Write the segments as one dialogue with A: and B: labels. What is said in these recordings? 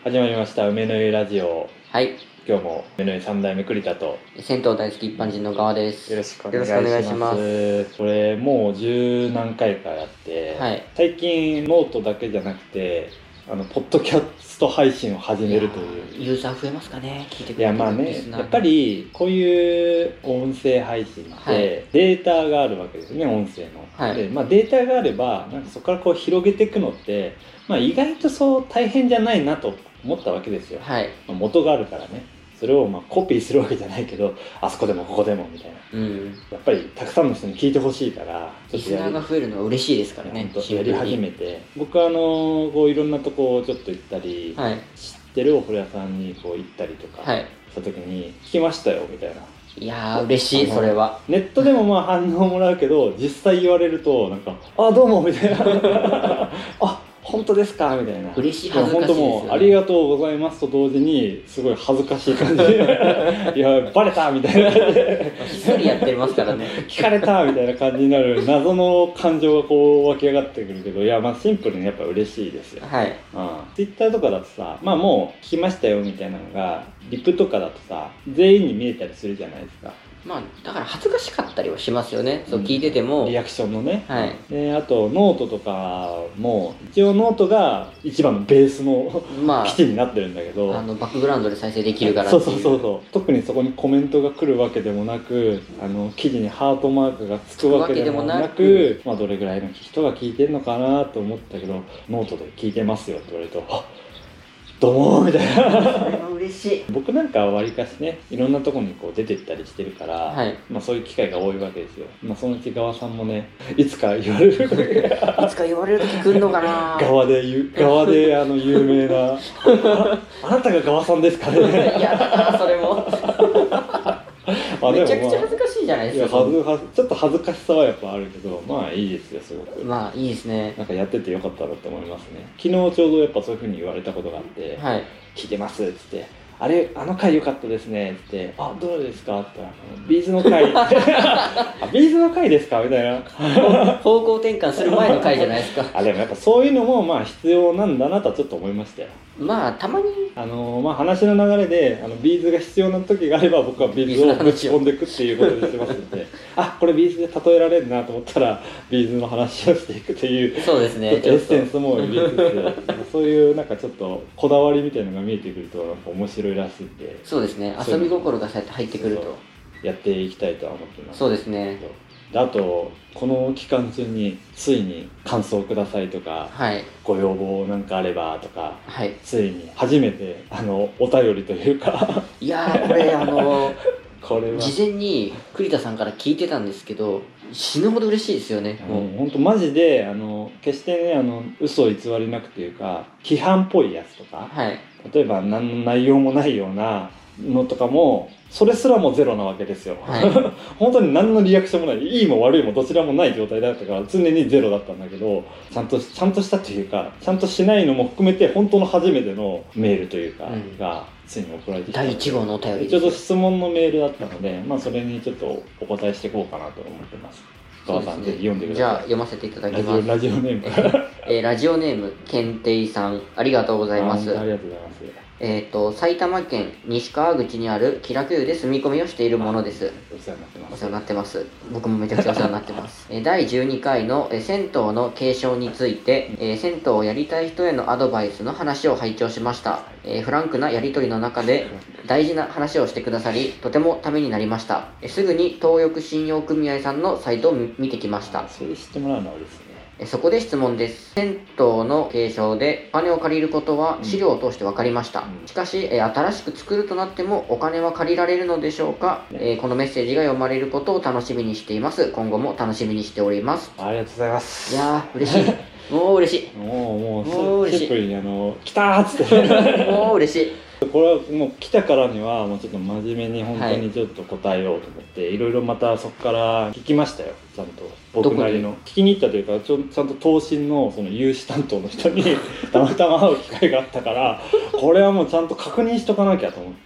A: 始まりました梅の湯ラジオ。
B: はい。
A: 今日も梅の湯3代目栗田と
B: 銭湯大好き一般人の側です。
A: よろしくお願いします。これもう十何回かやって、はい、最近ノートだけじゃなくてポッドキャスト配信を始めるという。
B: ユーザー増えますかね、聞いてくれる。
A: いやまあね、やっぱりこういう音声配信ってデータがあるわけですね、音声の。はい、で、データがあればなんかそこからこう広げていくのって、意外とそう大変じゃないなと思ったわけですよ。はい、元があるからね。それをコピーするわけじゃないけど、あそこでもここでもみたいな、やっぱりたくさんの人に聞いてほしいから
B: リスナーが増えるのは嬉しいですからね。
A: やり始めて、僕はこういろんなとこをちょっと行ったり、はい、知ってるお風呂屋さんにこう行ったりとかした時に聞きましたよみたいな。
B: いやー嬉しい。それは
A: ネットでも反応もらうけど、実際言われるとなんかあどうもみたいなあ本当ですかみたいな。
B: 嬉しい、恥ずかしいですよね。
A: 本当もうありがとうございますと同時にすごい恥ずかしい感じでいやバレたみたいな
B: 一人やってますからね
A: 聞かれたみたいな感じになる謎の感情がこう湧き上がってくるけど、いやシンプルにやっぱ嬉しいですよ。はい。ツイッターとかだとさ、もう聞きましたよみたいなのがリプとかだとさ全員に見えたりするじゃないですか。
B: だから恥ずかしかったりはしますよね、そう聞いてても。
A: リアクションのね、はい、であとノートとかも一応ノートが一番のベースの、基地になってるんだけど、
B: バックグラウンドで再生できるからっていう。
A: そう特にそこにコメントが来るわけでもなく、記事にハートマークがつくわけでもなく、どれぐらいの人が聞いてるのかなと思ったけど、ノートで聞いてますよって言われるとどうもみたいな。
B: それは嬉しい。
A: 僕なんかはわりかしね、いろんなところにこう出てったりしてるから、はい、そういう機会が多いわけですよ。そのうち側さんもね、いつか言われる
B: いつか言われる時来るのかな。
A: 側で有名なあなたが側さんですかね。
B: いやだなそれもめちゃくちゃ恥ずかしいじゃないですか。
A: ちょっと恥ずかしさはやっぱあるけど、いいですよ、すごく。
B: いいですね。
A: なんかやっててよかったなって思いますね。昨日ちょうどやっぱそういう風に言われたことがあって、はい、聞いてますっつって、あの回良かったですねって、どれですかって言ったら、ビーズの回ビーズの回ですかみたいな
B: 方向転換する前の回じゃないですか。
A: でもやっぱそういうのも必要なんだなとはちょっと思いましたよ。
B: たまに
A: 話の流れでビーズが必要な時があれば僕はビーズをぶち込んでいくっていうことにしてますのでこれビーズで例えられるなと思ったらビーズの話をしていくという。
B: そうですね。
A: エッセンスも入れつつそういうなんかちょっとこだわりみたいなのが見えてくるとなんか面白いらしいんで。
B: そうですね。遊び心がそうやって入ってくると
A: やっていきたいとは思ってます。
B: そうですね。
A: あとこの期間中についに感想くださいとか、はい、ご要望なんかあればとか、はい、ついに初めてお便りというか
B: いやーこれこれは事前に栗田さんから聞いてたんですけど死ぬほど嬉しいですよね。
A: もう本当マジで決してね嘘偽りなくというか批判っぽいやつとか、はい、例えば何の内容もないようなのとかもそれすらもゼロなわけですよ、はい、本当に何のリアクションもない、いいも悪いもどちらもない状態だったから常にゼロだったんだけど、ちゃんとしたというかちゃんとしないのも含めて本当の初めてのメールというか、がついに送られてきた。
B: 第1号のお便り
A: ちょうど質問のメールだったので、それにちょっとお答えしていこうかなと思ってます。川さん、ぜひ読んでください。
B: じゃあ読ませていただきます。
A: ラジオネーム
B: ラジオネームけんていさん、ありがとうございます。
A: ありがとうございます。
B: 埼玉県西川口にある気楽湯で住み込みをしているものです。
A: お世話になってます。
B: お世話になってます。僕もめちゃくちゃお世話になってます第12回の銭湯の継承について、銭湯をやりたい人へのアドバイスの話を拝聴しました。フランクなやり取りの中で大事な話をしてくださり、とてもためになりました。すぐに東浴信用組合さんのサイトを見てきました。
A: それ知ってもらうのはですね。
B: そこで質問です。銭湯の継承でお金を借りることは資料を通して分かりました。しかし、新しく作るとなってもお金は借りられるのでしょうか。このメッセージが読まれることを楽しみにしています。今後も楽しみにしております。
A: ありがとうございます。
B: いやー嬉しい。もう嬉しい。
A: もうシンプルに来たーっつって
B: もう嬉しい。
A: これはもう来たからにはもうちょっと真面目に本当にちょっと答えようと思って、いろいろまたそこから聞きましたよ。ちゃんと僕なりの聞きに行ったというかちゃんと投信のその融資担当の人にたまたま会う機会があったからこれはもうちゃんと確認しとかなきゃと思って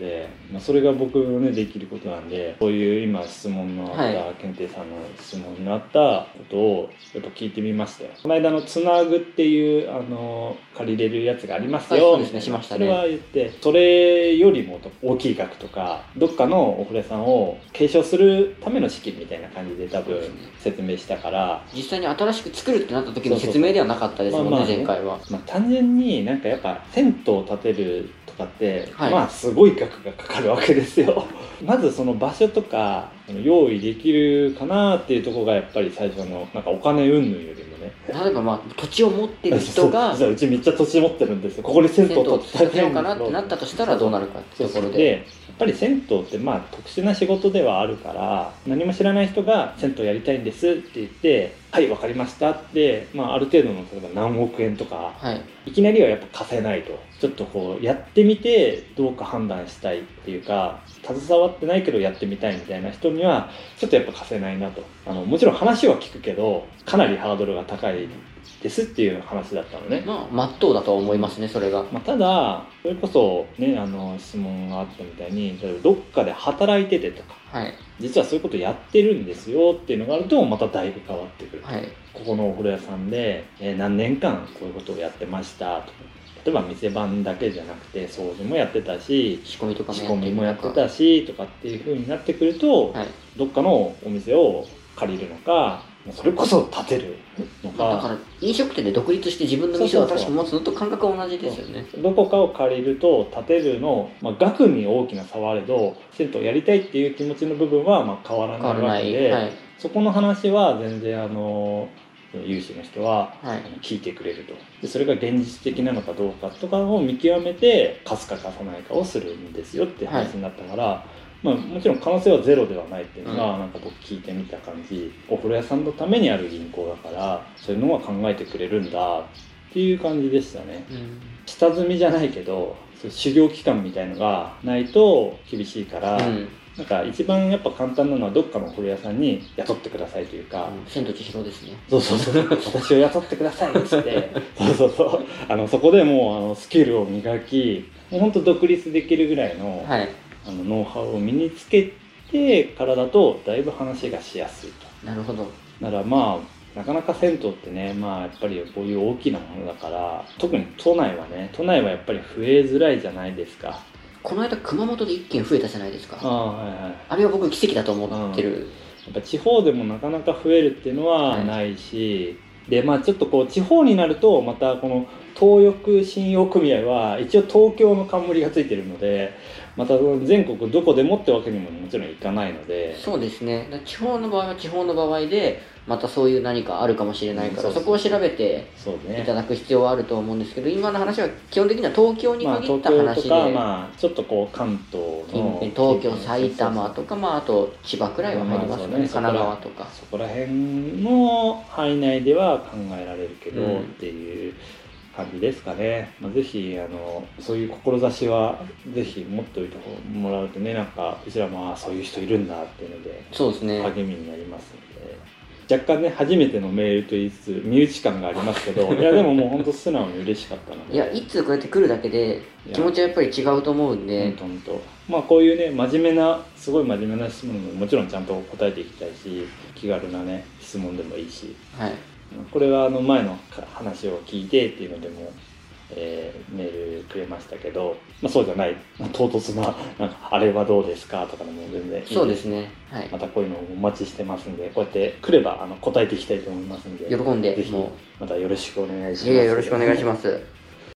A: それが僕のねできることなんで、そういう今質問のあった、
B: はい
A: 検定さんの質問のあったことをやっぱ聞いてみましたよ。この間のつなぐっていう借りれるやつがありますよ、
B: そうですね、しましたね。
A: それは言って、それよりも大きい額とかどっかのお風呂屋さんを継承するための資金みたいな感じで多分説明したから、
B: 実際に新しく作るってなった時の説明ではなかったですもんね、前回は。
A: 単純になんかやっぱ銭湯を建てるとかって、
B: はい、
A: すごい額がかかるわけですよまずその場所とか用意できるかなっていうところがやっぱり最初のなんかお金云々よりもね、
B: 例えば土地を持ってる人が
A: うちめっちゃ土地持ってるんですよ、ここに銭湯を建てようかなって
B: なったとしたらどうなるかっていうところで、
A: やっぱり銭湯って特殊な仕事ではあるから、何も知らない人が銭湯やりたいんですって言って「はい分かりました」って、ある程度の例えば何億円とか、いきなりはやっぱ貸せないと、ちょっとこうやってみてどうか判断したいっていうか、携わってないけどやってみたいみたいな人にはちょっとやっぱ貸せないなと。もちろん話は聞くけどかなりハードルが高いですっていう話だったのね。
B: まっとうだとは思いますね、それが。
A: ただそれこそね、質問があったみたいに、例えばどっかで働いててとか、実はそういうことやってるんですよっていうのがあるとまただいぶ変わってくる、ここのお風呂屋さんで、何年間こういうことをやってましたとか、例えば店番だけじゃなくて掃除もやってたし
B: 仕込みとか
A: もやってたしとかっていう風になってくると、どっかのお店を借りるのか、それこそ建てるのか、
B: だから飲食店で独立して自分の店を新しく持つのと感覚は同じですよね。
A: どこかを借りると建てるの、額に大きな差はあれど、銭湯やりたいっていう気持ちの部分は変わらないわけで、そこの話は全然有志の人は聞いてくれると。でそれが現実的なのかどうかとかを見極めて貸すか貸さないかをするんですよって話になったから、もちろん可能性はゼロではないっていうのが、なんか僕聞いてみた感じ、お風呂屋さんのためにある銀行だからそういうのは考えてくれるんだっていう感じでしたね。下積みじゃないけど修行期間みたいのがないと厳しいから、なんか一番やっぱ簡単なのはどっかのお風呂屋さんに雇ってくださいというか、
B: 千と千尋ですね。
A: そう私を雇ってくださいっつってそこでもうスキルを磨き、もうほんと独立できるぐらいの、ノウハウを身につけてからだとだいぶ話がしやすいと。
B: なるほど。
A: だからなかなか銭湯ってね、やっぱりこういう大きなものだから、特に都内はやっぱり増えづらいじゃないですか。
B: この間熊本で1件増えたじゃないですか。あれは僕奇跡だと思ってる。
A: やっぱ地方でもなかなか増えるっていうのはないし、でちょっとこう地方になるとまたこの東浴信用組合は一応東京の冠がついてるので、また全国どこでもってわけにももちろんいかないので。
B: そうですね。地方の場合は地方の場合でまたそういう何かあるかもしれないから、そこを調べていただく必要はあると思うんですけど、今の話は基本的には東京に限った話で、
A: 東京とかちょっとこう関東の
B: 東京、埼玉とか、あと千葉くらいは入りますよね、神奈川とか。
A: そこら辺の範囲内では考えられるけどっていう感じですかね。ぜひそういう志はぜひ持っておいてもらうとね、なんかうちらもそういう人いるんだっていうので励みになりますので。若干ね、初めてのメールと言いつつ身内感がありますけど、いやでももう本当素直に嬉しかったので、
B: いや、一通こうやって来るだけで気持ちはやっぱり違うと思うんで、
A: 本当こういうねすごい真面目な質問ももちろんちゃんと答えていきたいし、気軽なね質問でもいいし、これは前の話を聞いてっていうのでも、メールくれましたけど、そうじゃない唐突な、なんかあれはどうですかとかでも全然いいです。
B: そうですね、
A: またこういうのをお待ちしてますんで、こうやって来れば答えていきたいと思いますんで、
B: 喜んで
A: ぜひまたよろしくお願いします。
B: よろしくお願いします。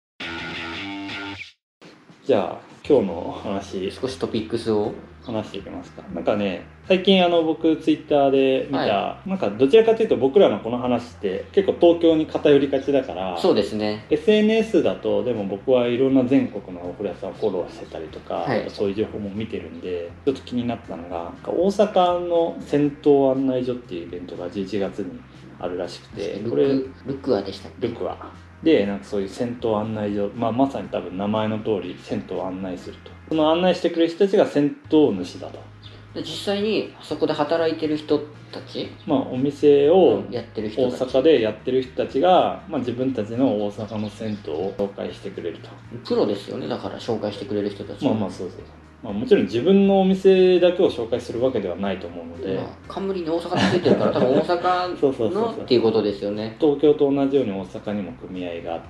A: じゃあ今日の話、
B: 少しトピックスを
A: 話していきますか。なんかね、最近僕ツイッターで見た、なんかどちらかというと僕らのこの話って結構東京に偏りがちだから、
B: そうですね、
A: SNS だとでも僕はいろんな全国のお風呂屋さんをフォローしてたりとか、そういう情報も見てるんで、ちょっと気になったのが、大阪の銭湯案内所っていうイベントが11月にあるらしくて、
B: これルクアでしたっけ？
A: ルクアで、なんかそういう銭湯案内所、まさに多分名前の通り銭湯を案内すると、その案内してくれる人たちが銭湯主だと。
B: 実際にそこで働いてる人たち、
A: お店を
B: やってる人
A: 大阪でやってる人たちが、自分たちの大阪の銭湯を紹介してくれると。
B: プロですよね、だから紹介してくれる人たち。
A: そうもちろん自分のお店だけを紹介するわけではないと思うので、
B: 冠に大阪ってついてるから多分大阪のっていうことですよね。
A: 東京と同じように大阪にも組合があって、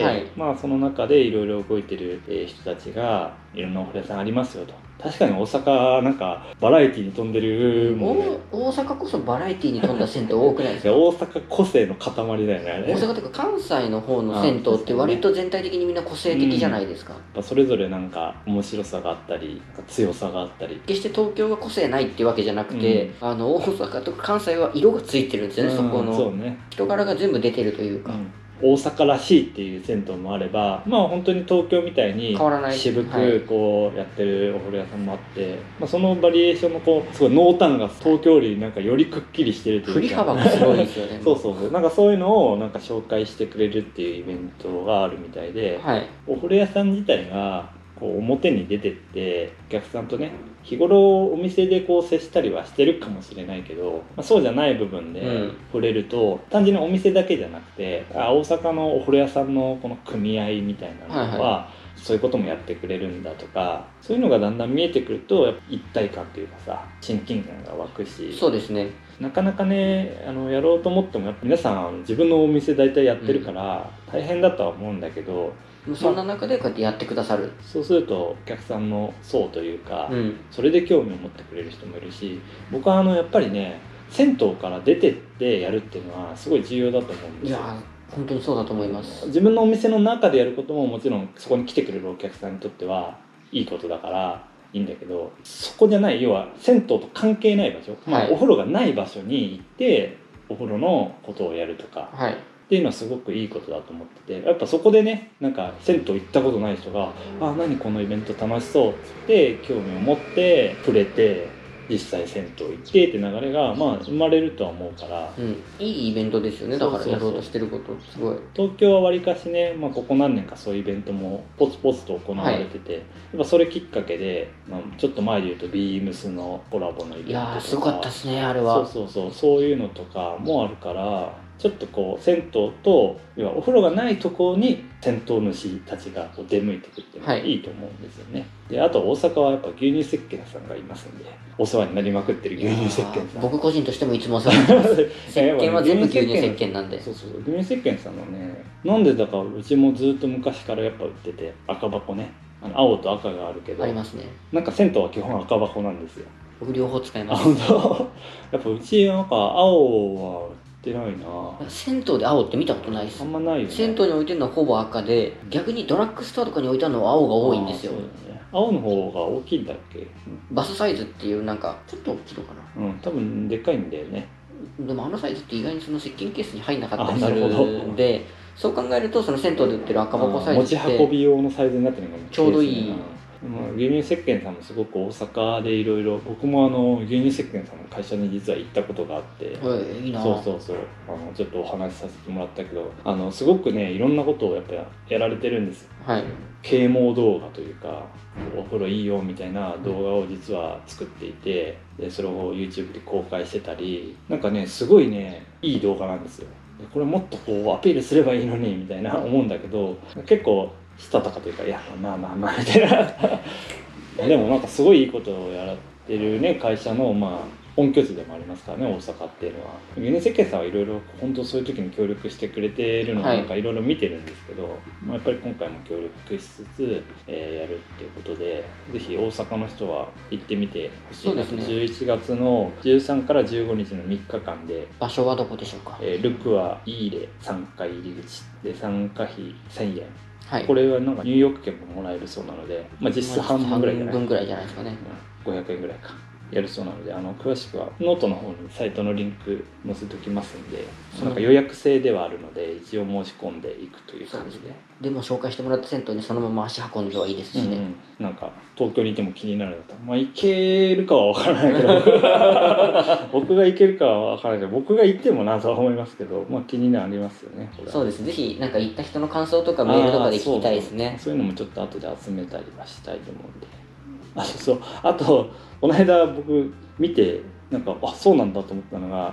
A: その中でいろいろ動いてる人たちがいろんなお風呂屋さんありますよと。確かに大阪なんかバラエティに富んでるもんね。
B: 大阪こそバラエティに富んだ銭湯多くないですか？
A: 大阪個性の塊だよね、あれ。
B: 大阪っていうか関西の方の銭湯って割と全体的にみんな個性的じゃないですか。
A: それぞれなんか面白さがあったり強さがあったり、
B: 決して東京が個性ないっていうわけじゃなくて、大阪とか関西は色がついてるんですよね、そこの人柄が全部出てるというか、
A: 大阪らしいっていう銭湯もあれば、本当に東京みたいに渋くこうやってるお風呂屋さんもあって、そのバリエーションのこうすごい濃淡が東京よりなんかよりくっきりしてるというか、
B: 振り幅がすごいですよね。
A: そうなんかそういうのをなんか紹介してくれるっていうイベントがあるみたいで、お風呂屋さん自体がこう表に出てってお客さんとね日頃お店でこう接したりはしてるかもしれないけど、そうじゃない部分で触れると、単純にお店だけじゃなくて大阪のお風呂屋さんのこの組合みたいなのは、そういうこともやってくれるんだとか、そういうのがだんだん見えてくるとやっぱ一体感というかさ、親近感が湧くし、
B: そうですね、
A: なかなかねやろうと思ってもやっぱ皆さん自分のお店大体やってるから大変だとは思うんだけど、
B: そんな中でこうやってやってくださる、
A: そうするとお客さんの層というか、それで興味を持ってくれる人もいるし、僕はやっぱりね銭湯から出てってやるっていうのはすごい重要だと思うんですよ。
B: いや本当にそうだと思います。
A: 自分のお店の中でやることももちろんそこに来てくれるお客さんにとってはいいことだからいいんだけど、そこじゃない、要は銭湯と関係ない場所、お風呂がない場所に行ってお風呂のことをやるとか、っていうのはすごくいいことだと思ってて、やっぱそこでねなんか銭湯行ったことない人が「何このイベント楽しそう」っつって興味を持って触れて実際銭湯行ってって流れが生まれるとは思うから、
B: いいイベントですよね。だからやろうとしてることすごい。
A: 東京はわりかしね、ここ何年かそういうイベントもポツポツと行われてて、やっぱそれきっかけで、ちょっと前で言うとビームスのコラボのイベントとか、
B: いやすごかったですねあれは。
A: そういうのとかもあるから、ちょっとこう銭湯と要はお風呂がないところに銭湯主たちがこう出向いてくっていうのがいいと思うんですよね。であと大阪はやっぱ牛乳石鹸さんがいますんで、お世話になりまくってる牛乳石鹸さん、
B: 僕個人としてもいつもお世話になってます石鹸は全部牛乳石鹸なんで。
A: そう牛乳石鹸さんのね、なんでだかうちもずっと昔からやっぱ売ってて、赤箱ね、青と赤があるけど
B: ありますね。
A: なんか銭湯は基本赤箱なんですよ。
B: 僕両方使います。
A: 本当やっぱうちなんか青は売ってないな。
B: 銭湯で青って見たことないです。
A: あんまないよね。
B: 銭湯に置いてるのはほぼ赤で、逆にドラッグストアとかに置いてあるのは青が多いんですよ。
A: そうだね、青の方が大きいんだっけ。
B: バスサイズっていうなんかちょっと大きいのかな。
A: 多分でっかいんだよね。
B: でもサイズって意外にその石鹸ケースに入んなかったりするんで、そう考えるとその銭湯で売ってる赤箱サイズって
A: 持ち運び用のサイズになってるのが
B: ちょうどいい。
A: 牛乳石鹸さんもすごく大阪でいろいろ、僕も牛乳石鹸さんの会社に実は行ったことがあって、
B: いいな。
A: そうちょっとお話しさせてもらったけど、すごくねいろんなことをやっぱやられてるんですよ。啓蒙動画というか、お風呂いいよみたいな動画を実は作っていて、でそれを YouTube で公開してたり、なんかねすごいねいい動画なんですよ。これもっとこうアピールすればいいのにみたいな思うんだけど、結構したたかというか、いやまあみたいなでもなんかすごいいいことをやってるね会社の本拠地でもありますからね、大阪っていうのは。ユニセッケさんはいろいろ本当そういう時に協力してくれてるのをなんかいろいろ見てるんですけど、やっぱり今回も協力しつつ、やるっていうことで、ぜひ大阪の人は行ってみてほしいなと。11月の13から15日の3日間で。
B: 場所はどこでしょうか。
A: ルクアイーレ3階入り口で参加費1000円。これはなんか入浴券ももらえるそうなので、実質半分ぐらいじゃないですかね。500円ぐらいかやるそうなので、詳しくはノートの方にサイトのリンク載せておきますんで、なんか予約制ではあるので一応申し込んでいくという感じで。
B: でも紹介してもらった銭湯にそのまま足運んではいいですしね。
A: なんか東京にいても気になるんだったら、行けるかは分からないけど僕が行けるかは分からないけど、僕が行ってもなとは思いますけど、気になりますよね。
B: そうです。ぜひなんか行った人の感想とかメールとかで聞きたいですね。
A: そういうのもちょっと後で集めたりはしたいと思うんで。あとこの間僕見てなんかそうなんだと思ったのが、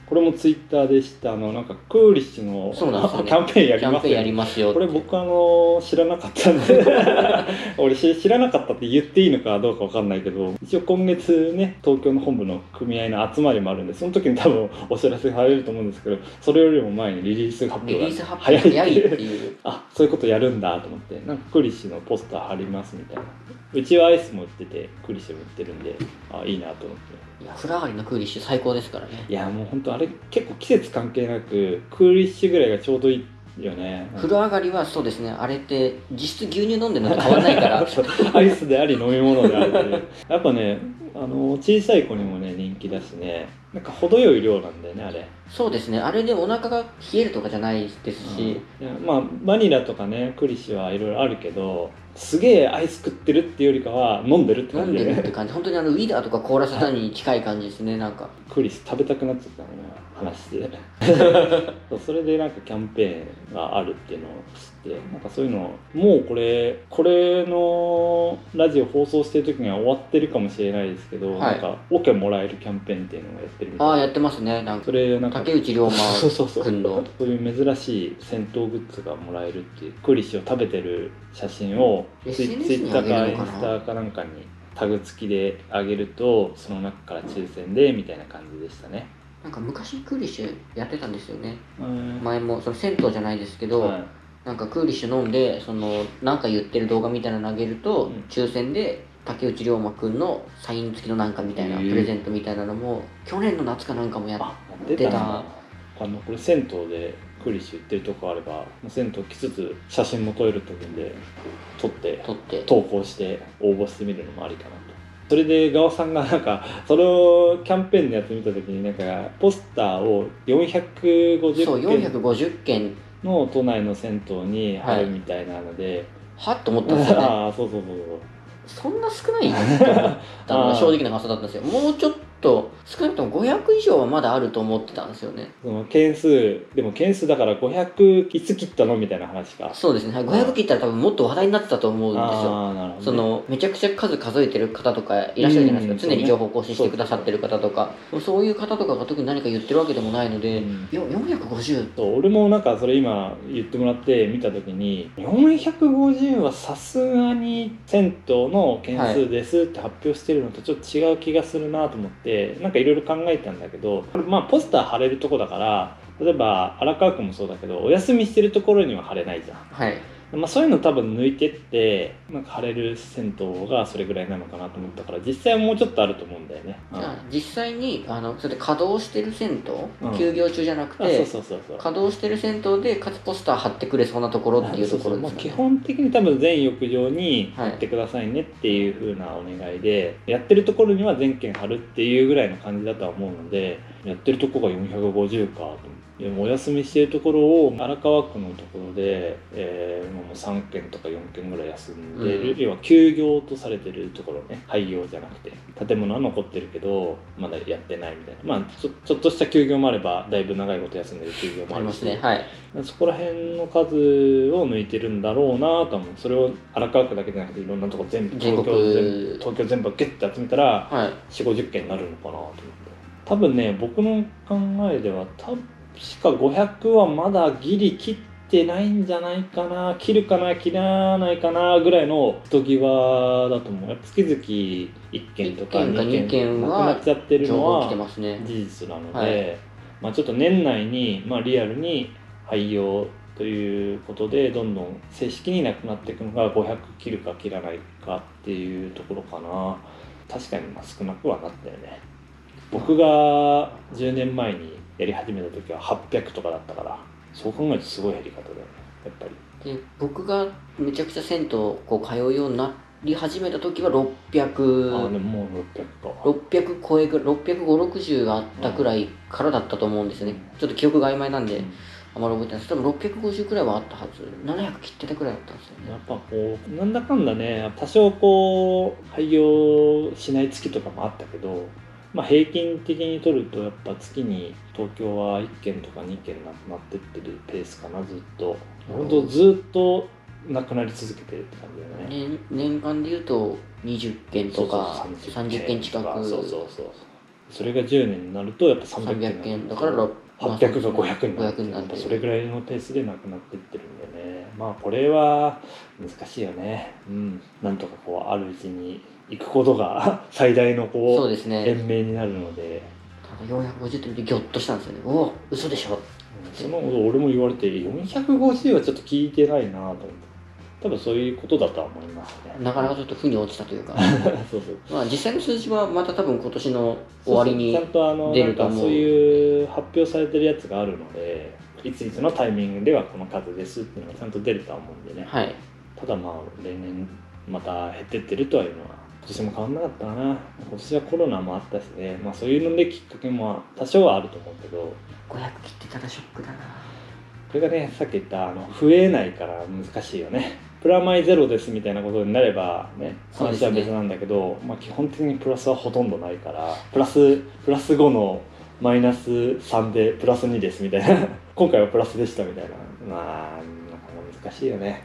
A: これもツイッターでしたなんかクーリッシュの
B: そうなんですよ、ね、
A: キャンペーンやりますよ、
B: キャンペーンやりますよ。
A: これ僕知らなかったんで俺知らなかったって言っていいのかどうかわかんないけど、一応今月ね東京の本部の組合の集まりもあるんで、その時に多分お知らせされると思うんですけど、それよりも前にリリース発表が早いっていうあ、そういうことやるんだと思って、なんかクーリッシュのポスター貼りますみたいな。うちはアイスも売っててクーリッシュも売ってるんで、あ、いいなと思って。
B: いや、風呂上がりのクーリッシュ最高ですからね。
A: いやもう本当あれ結構季節関係なくクーリッシュぐらいがちょうどいいよね。
B: 風呂上がりはそうですね、あれって実質牛乳飲んでるのと変わらないから
A: アイスであり飲み物であるってやっぱね小さい子にもね人気だしね、なんか程よい量なんだよねあれ。
B: そうですね、あれでお腹が冷えるとかじゃないですし、
A: いやまあバニラとかねクーリッシュはいろいろあるけど、すげえアイス食ってるっていうよりかは飲んでるって感じで、
B: 飲んでるって感じ、本当にウィダーとか凍らせたに近い感じですね。なんか
A: クーリッシュ食べたくなっちゃったのね話してそれでなんかキャンペーンがあるっていうのを知って、なんかそういうのもうこれのラジオ放送してる時には終わってるかもしれないですけど、なんかオケもらえるキャンペーンっていうのをやってるみたいな。
B: ああ、やってますね。なんか
A: それなんか
B: 竹内涼真君の
A: そういう珍しい戦闘グッズがもらえるっていう、クーリッシュを食べてる写真をツイッターかインスタかなんかにタグ付きであげると、その中から抽選でみたいな感じでしたね。
B: なんか昔クーリッシュやってたんですよね。前もその銭湯じゃないですけど、はい、なんかクーリッシュ飲んでなんか言ってる動画みたいなの投げると、抽選で竹内涼真くんのサイン付きのなんかみたいなプレゼントみたいなのも去年の夏かなんかもやってた。
A: これ銭湯でクーリッシュ売ってるとこあれば銭湯来つつ写真も撮れると思うんで撮って投稿して応募してみるのもありかなと。それでガオさんがなんかそのキャンペーンのやつ見た時になんかポスターを450件の都内の銭湯にあるみたいなので、
B: はっと思ったんですよね。
A: ああそう
B: そんな少ないと思ったのが正直な感想だったんですよ。もうちょっと少なくとも500以上はまだあると思ってたんですよね。
A: その件数だから500いつ切ったのみたいな話か。
B: そうですね、500切ったら多分もっと話題になってたと思うんですよ。なるほどね。めちゃくちゃ数えてる方とかいらっしゃるじゃないですか。常に情報更新してくださってる方とか、そういう方とかが特に何か言ってるわけでもないので、450
A: と俺もなんかそれ今言ってもらって見た時に450はさすがに銭湯の件数ですって発表してるのとちょっと違う気がするなと思って、なんかいろいろ考えたんだけど、まあポスター貼れるとこだから、例えば荒川区もそうだけどお休みしてるところには貼れないじゃん。はい。まあ、そういうの多分抜いてってなんか貼れる銭湯がそれぐらいなのかなと思ったから、実際はもうちょっとあると思うんだよね。
B: 実際にそれで稼働してる銭湯、休業中じゃなくて稼働してる銭湯でかつポスター貼ってくれそうなところっていうところですね。
A: 基本的に多分全浴場に貼ってくださいねっていう風なお願いで、やってるところには全件貼るっていうぐらいの感じだとは思うので、やってるとこが450かと思って。でもお休みしているところを荒川区のところで、もう3件とか4件ぐらい休んでる、要は休業とされてるところね、廃業じゃなくて建物は残ってるけどまだやってないみたいな、まあちょっとした休業もあればだいぶ長いこと休んでる休業もあるし、ね、はい、そこら辺の数を抜いてるんだろうなと思う。それを荒川区だけじゃなくていろんなとこ全部東京全部ゲッて集めたら、はい、4,50 件になるのかなと思って。多分ね僕の考えではしか500はまだギリ切ってないんじゃないかな、切るかな切らないかなぐらいの太際だと思う。月々1件とか2件なくなっちゃってるのは事実なので、はい、まあちょっと年内に、まあ、リアルに廃業ということでどんどん正式になくなっていくのが500切るか切らないかっていうところかな。確かにまあ少なくはなったよね。僕が10年前にやり始めた時は800とかだったから、そう考えるとすごい減り方だよねやっぱ
B: り。で僕がめちゃくちゃ銭湯通うようになり始めた時は600、
A: あでももう600か
B: 600超えぐらい650あったくらいからだったと思うんですね、ちょっと記憶が曖昧なんで、あまり覚えてないです。多分650くらいはあったはず。700切ってたくらいだったんですよね。
A: やっぱこうなんだかんだね、多少こう廃業しない月とかもあったけど、まあ、平均的に取るとやっぱ月に東京は1件とか2件なくなってってるペースかな。ずっと本当ずっとなくなり続けてるって感じだよね。
B: 年間でいうと20件とか30件近く。
A: そうそれが10年になるとやっぱ
B: 300件だから
A: 800が500になってる。やっぱそれぐらいのペースでなくなっていってるんでね。まあこれは難しいよね。なんとかこうあるうちに行くことが最大のこう
B: そうですね、
A: 延命になるので。
B: ただ450点でギョッとしたんですよね。おお、嘘でしょ。
A: そのこと俺も言われて450はちょっと聞いてないなと思って。多分そういうことだとは思いますね。
B: なかなかちょっと負に落ちたというか
A: そうそう、
B: まあ実際の数字はまた多分今年の終わりに
A: ちゃんと
B: 出ると思う。
A: そういう発表されてるやつがあるので、いついつのタイミングではこの数ですっていうのがちゃんと出るとは思うんでね、
B: はい、
A: ただまあ例年また減ってってるとはいうのは今年も変わんなかったな。今年はコロナもあったしね、まあそういうのできっかけも多少はあると思うけど、
B: 500切ってたらショックだな。
A: これがね、さっき言った増えないから難しいよね。プラマイゼロですみたいなことになればね、話は別なんだけど、まあ、基本的にプラスはほとんどないから、プラス5のマイナス3でプラス2ですみたいな今回はプラスでしたみたいな、まあなんか難しいよね。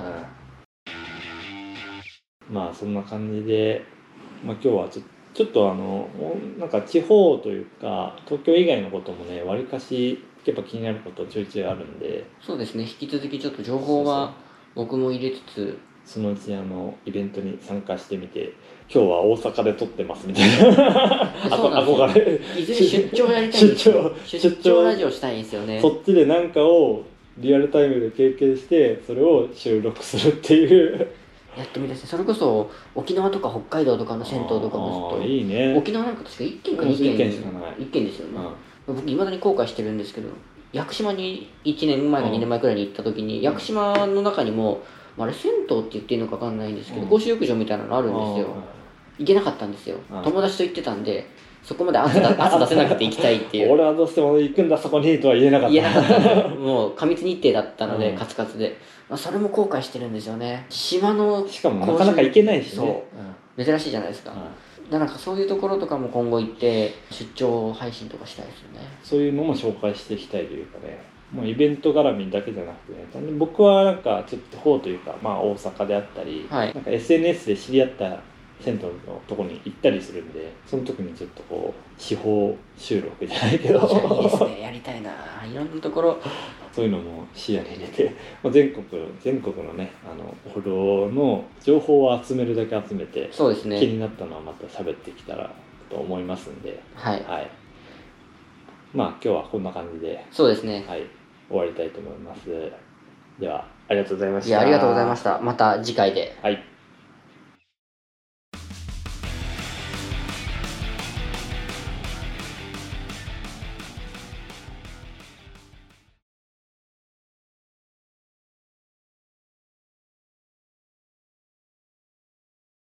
A: まあそんな感じで、まあ、今日はちょっとなんか地方というか東京以外のこともね、わりかしやっぱ気になることちょいちょいあるんで、
B: そうですね、引き続きちょっと情報は僕も入れつつ、
A: そのうちイベントに参加してみて、今日は大阪で撮ってますみたいな憧れ、
B: いずれ出張やりたいんですよ。出張ラジオしたいんですよね。
A: そっちで何かをリアルタイムで経験してそれを収録するっていう
B: やってみたいですね。それこそ沖縄とか北海道とかの銭湯とかもずっと、
A: いいね。
B: 沖縄なんか確か1軒か2軒
A: しかない。
B: 1軒ですよね。僕いまだに後悔してるんですけど、屋久島に1年前か2年前くらいに行った時に、屋久島の中にもあれ銭湯って言っていいのか分かんないんですけど、公衆浴場みたいなのあるんですよ。行けなかったんですよ。友達と行ってたんで、そこまで圧出せなくて行きたいっていう。
A: 俺はどうしても行くんだそこにとは言えなかった
B: もう過密日程だったので、カツカツで、それも後悔してるんですよね。島の
A: しかもなかなか行けないしね。
B: 珍しいじゃないですか。なんかそういうところとかも今後行って出張配信とかしたいですよね。
A: そういうのも紹介していきたいというかね、もうイベント絡みだけじゃなくて、ね、僕はなんかちょっと方というか、まあ大阪であったり、なんか SNS で知り合った銭湯のとこに行ったりするんで、その時にちょっとこう司法収録じゃないけど、
B: いいですね、やりたいな、いろんなところ
A: そういうのも視野に入れて、全国のねお風呂の情報を集めるだけ集めて、
B: そうですね、
A: 気になったのはまた喋ってきたらと思いますんで、
B: はい、
A: まあ今日はこんな感じで、
B: そうですね、
A: 終わりたいと思います。ではありがとうございました。
B: いや、ありがとうございました。また次回で。
A: はい。